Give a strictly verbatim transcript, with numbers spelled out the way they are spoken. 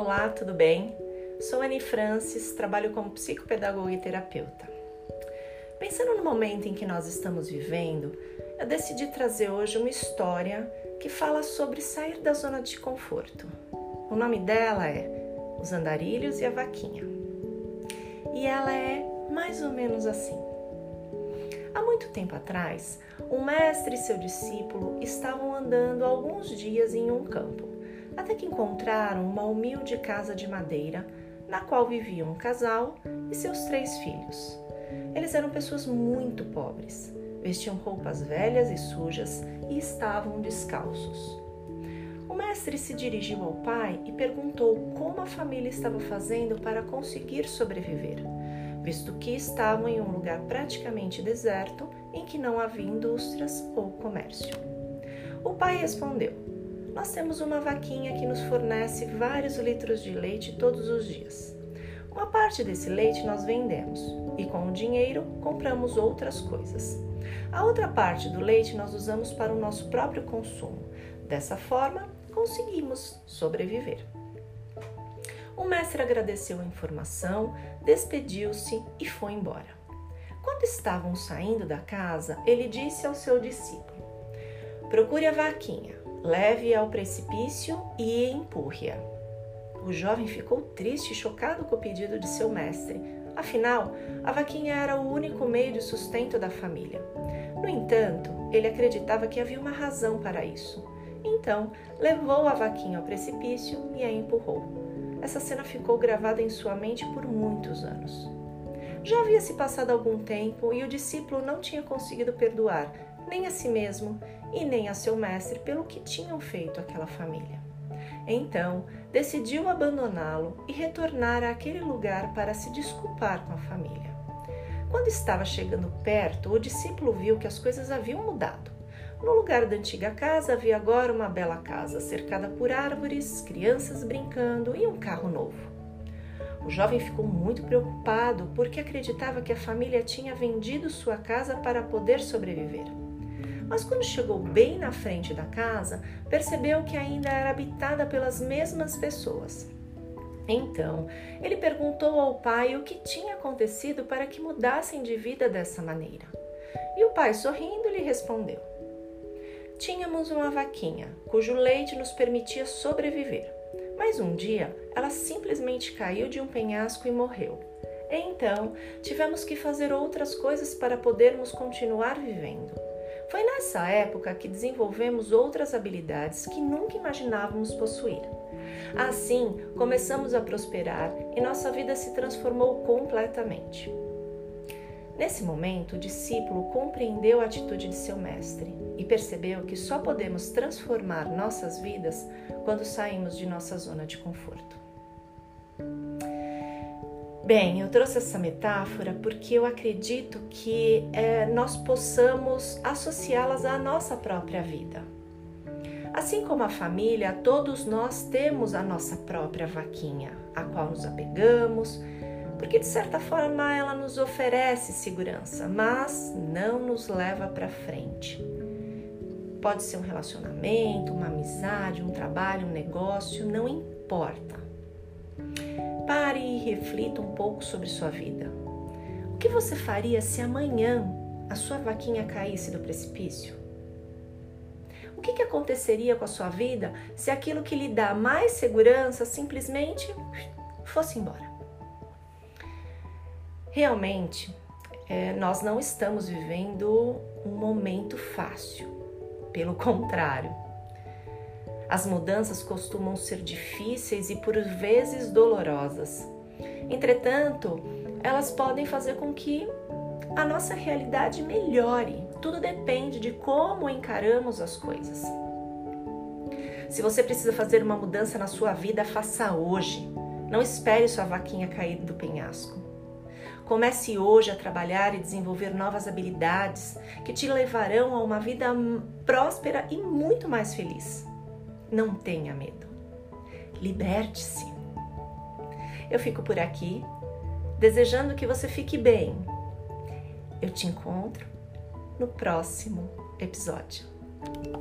Olá, tudo bem? Sou Anne Francis, trabalho como psicopedagoga e terapeuta. Pensando no momento em que nós estamos vivendo, eu decidi trazer hoje uma história que fala sobre sair da zona de conforto. O nome dela é Os Andarilhos e a Vaquinha. E ela é mais ou menos assim. Há muito tempo atrás, um mestre e seu discípulo estavam andando alguns dias em um campo, até que encontraram uma humilde casa de madeira, na qual viviam um casal e seus três filhos. Eles eram pessoas muito pobres, vestiam roupas velhas e sujas e estavam descalços. O mestre se dirigiu ao pai e perguntou como a família estava fazendo para conseguir sobreviver, visto que estavam em um lugar praticamente deserto em que não havia indústrias ou comércio. O pai respondeu: "Nós temos uma vaquinha que nos fornece vários litros de leite todos os dias. Uma parte desse leite nós vendemos e com o dinheiro compramos outras coisas. A outra parte do leite nós usamos para o nosso próprio consumo. Dessa forma, conseguimos sobreviver." O mestre agradeceu a informação, despediu-se e foi embora. Quando estavam saindo da casa, ele disse ao seu discípulo: "Procure a vaquinha, leve-a ao precipício e empurre-a." O jovem ficou triste e chocado com o pedido de seu mestre. Afinal, a vaquinha era o único meio de sustento da família. No entanto, ele acreditava que havia uma razão para isso. Então, levou a vaquinha ao precipício e a empurrou. Essa cena ficou gravada em sua mente por muitos anos. Já havia se passado algum tempo e o discípulo não tinha conseguido perdoar nem a si mesmo e nem a seu mestre pelo que tinham feito àquela família. Então, decidiu abandoná-lo e retornar àquele lugar para se desculpar com a família. Quando estava chegando perto, o discípulo viu que as coisas haviam mudado. No lugar da antiga casa havia agora uma bela casa, cercada por árvores, crianças brincando e um carro novo. O jovem ficou muito preocupado porque acreditava que a família tinha vendido sua casa para poder sobreviver. Mas quando chegou bem na frente da casa, percebeu que ainda era habitada pelas mesmas pessoas. Então, ele perguntou ao pai o que tinha acontecido para que mudassem de vida dessa maneira. E o pai, sorrindo, lhe respondeu: "Tínhamos uma vaquinha, cujo leite nos permitia sobreviver. Mas um dia, ela simplesmente caiu de um penhasco e morreu. Então, tivemos que fazer outras coisas para podermos continuar vivendo. Foi nessa época que desenvolvemos outras habilidades que nunca imaginávamos possuir. Assim, começamos a prosperar e nossa vida se transformou completamente." Nesse momento, o discípulo compreendeu a atitude de seu mestre e percebeu que só podemos transformar nossas vidas quando saímos de nossa zona de conforto. Bem, eu trouxe essa metáfora porque eu acredito que é, nós possamos associá-las à nossa própria vida. Assim como a família, todos nós temos a nossa própria vaquinha, a qual nos apegamos, porque de certa forma ela nos oferece segurança, mas não nos leva para frente. Pode ser um relacionamento, uma amizade, um trabalho, um negócio, não importa. Pare e reflita um pouco sobre sua vida. O que você faria se amanhã a sua vaquinha caísse do precipício? O que, que aconteceria com a sua vida se aquilo que lhe dá mais segurança simplesmente fosse embora? Realmente, é, nós não estamos vivendo um momento fácil. Pelo contrário, as mudanças costumam ser difíceis e por vezes dolorosas. Entretanto, elas podem fazer com que a nossa realidade melhore. Tudo depende de como encaramos as coisas. Se você precisa fazer uma mudança na sua vida, faça hoje. Não espere sua vaquinha cair do penhasco. Comece hoje a trabalhar e desenvolver novas habilidades que te levarão a uma vida próspera e muito mais feliz. Não tenha medo. Liberte-se. Eu fico por aqui, desejando que você fique bem. Eu te encontro no próximo episódio.